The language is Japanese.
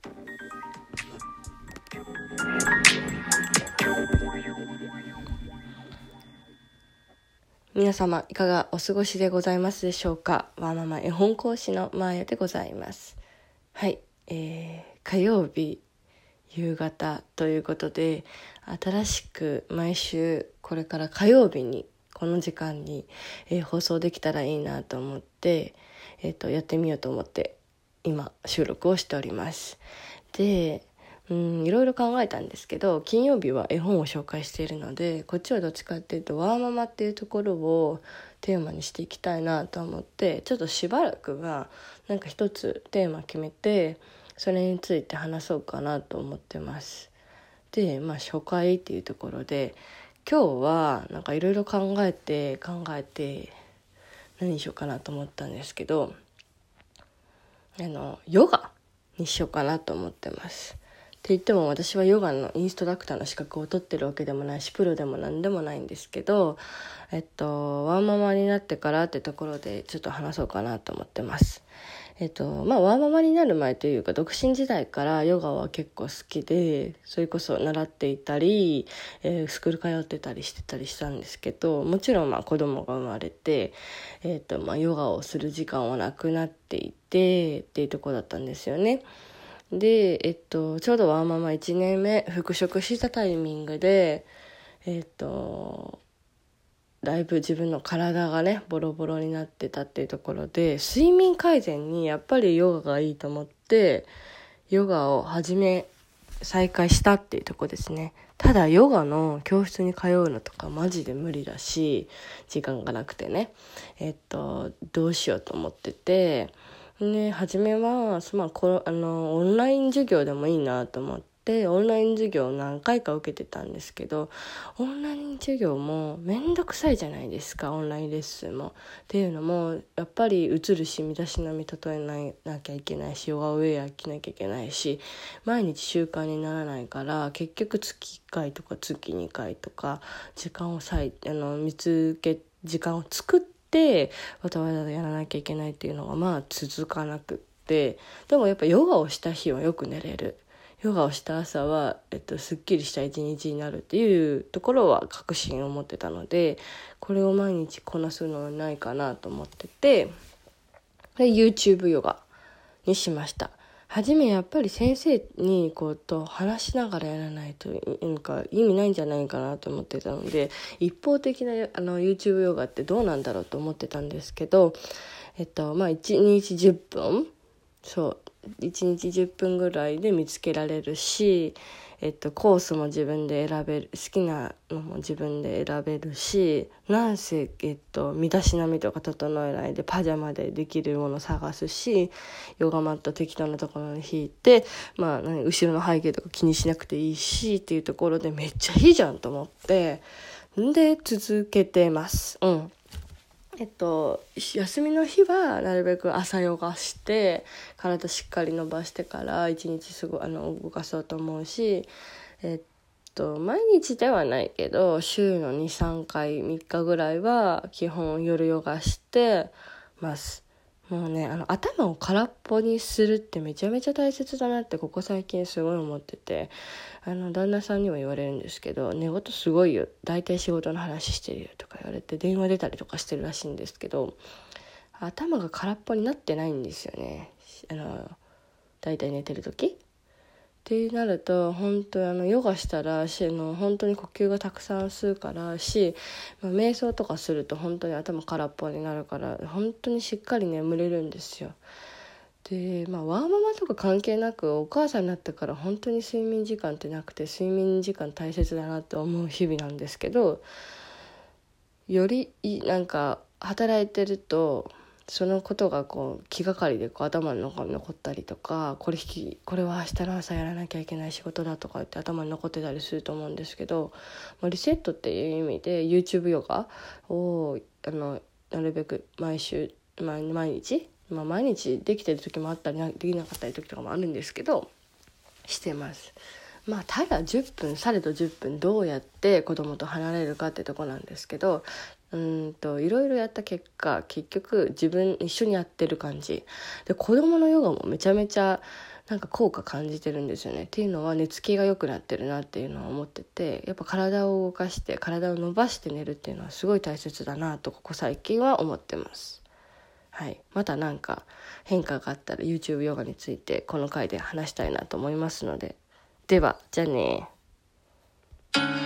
皆様いかがお過ごしでございますでしょうか。ワーママ絵本講師のマーヤでございます。はい、火曜日夕方ということで、新しく毎週これから火曜日にこの時間に、放送できたらいいなと思って、やってみようと思って今収録をしております。でいろいろ考えたんですけど、金曜日は絵本を紹介しているので、こっちはどっちかっていうとワーママっていうところをテーマにしていきたいなと思って、ちょっとしばらくはなんか一つテーマ決めてそれについて話そうかなと思ってます。で初回っていうところで、今日はなんかいろいろ考えて何にしようかなと思ったんですけど、ヨガにしようかなと思ってます。って言っても私はヨガのインストラクターの資格を取ってるわけでもないし、プロでも何でもないんですけど、ワーママになってからってところでちょっと話そうかなと思ってます。ワーママになる前というか独身時代からヨガは結構好きで、それこそ習っていたり、スクール通ってたりしてたりしたんですけど、もちろん子供が生まれて、ヨガをする時間はなくなっていてっていうところだったんですよね。で、ちょうどワーママ1年目復職したタイミングで、だいぶ自分の体がねボロボロになってたっていうところで、睡眠改善にやっぱりヨガがいいと思ってヨガを再開したっていうところですね。ただヨガの教室に通うのとかマジで無理だし、時間がなくてね、どうしようと思ってて、初めはオンライン授業でもいいなと思ってオンライン授業を何回か受けてたんですけど、オンライン授業もめんどくさいじゃないですか、オンラインレッスンも。っていうのもやっぱり映るし、身だしなみ整えなきゃいけないし、ヨガウェア着なきゃいけないし、毎日習慣にならないから、結局月1回とか月2回とか時間を時間を作ってわざわざやらなきゃいけないっていうのが続かなくって、でもやっぱヨガをした日はよく寝れる、ヨガをした朝は、すっきりした一日になるっていうところは確信を持ってたので、これを毎日こなすのはないかなと思ってて、で YouTube ヨガにしました。初めやっぱり先生にと話しながらやらないと意味ないんじゃないかなと思ってたので、一方的なYouTube ヨガってどうなんだろうと思ってたんですけど、1日10分1日10分ぐらいで見つけられるし、コースも自分で選べる、好きなのも自分で選べるし、なんせ、身だしなみとか整えないでパジャマでできるもの探すし、ヨガマット適当なところに引いて、後ろの背景とか気にしなくていいしっていうところでめっちゃいいじゃんと思って、で続けてます。休みの日はなるべく朝ヨガして体しっかり伸ばしてから一日動かそうと思うし、毎日ではないけど週の 2,3 回3日ぐらいは基本夜ヨガしてます。もうね、頭を空っぽにするってめちゃめちゃ大切だなってここ最近すごい思ってて、旦那さんにも言われるんですけど、寝言すごいよ、大体仕事の話してるよとか言われて電話出たりとかしてるらしいんですけど、頭が空っぽになってないんですよね、大体寝てる時ってなると、本当ヨガしたら本当に呼吸がたくさん吸うから瞑想とかすると本当に頭空っぽになるから、本当にしっかり眠れるんですよ。でワーママとか関係なくお母さんになってから本当に睡眠時間ってなくて、睡眠時間大切だなって思う日々なんですけど、より働いてるとそのことが気がかりで頭の中に残ったりとか、これは明日の朝やらなきゃいけない仕事だとか言って頭に残ってたりすると思うんですけど、リセットっていう意味で YouTube ヨガをなるべく毎週毎日毎日できてる時もあったりできなかったり時とかもあるんですけどしてます。ただ10分されど10分どうやって子供と離れるかってとこなんですけど、いろいろやった結果結局自分一緒にやってる感じで、子供のヨガもめちゃめちゃなんか効果感じてるんですよね。っていうのは寝つきが良くなってるなっていうのは思ってて、やっぱ体を動かして体を伸ばして寝るっていうのはすごい大切だなとここ最近は思ってます。はい、また何か変化があったら YouTube ヨガについてこの回で話したいなと思いますので、ではじゃあね。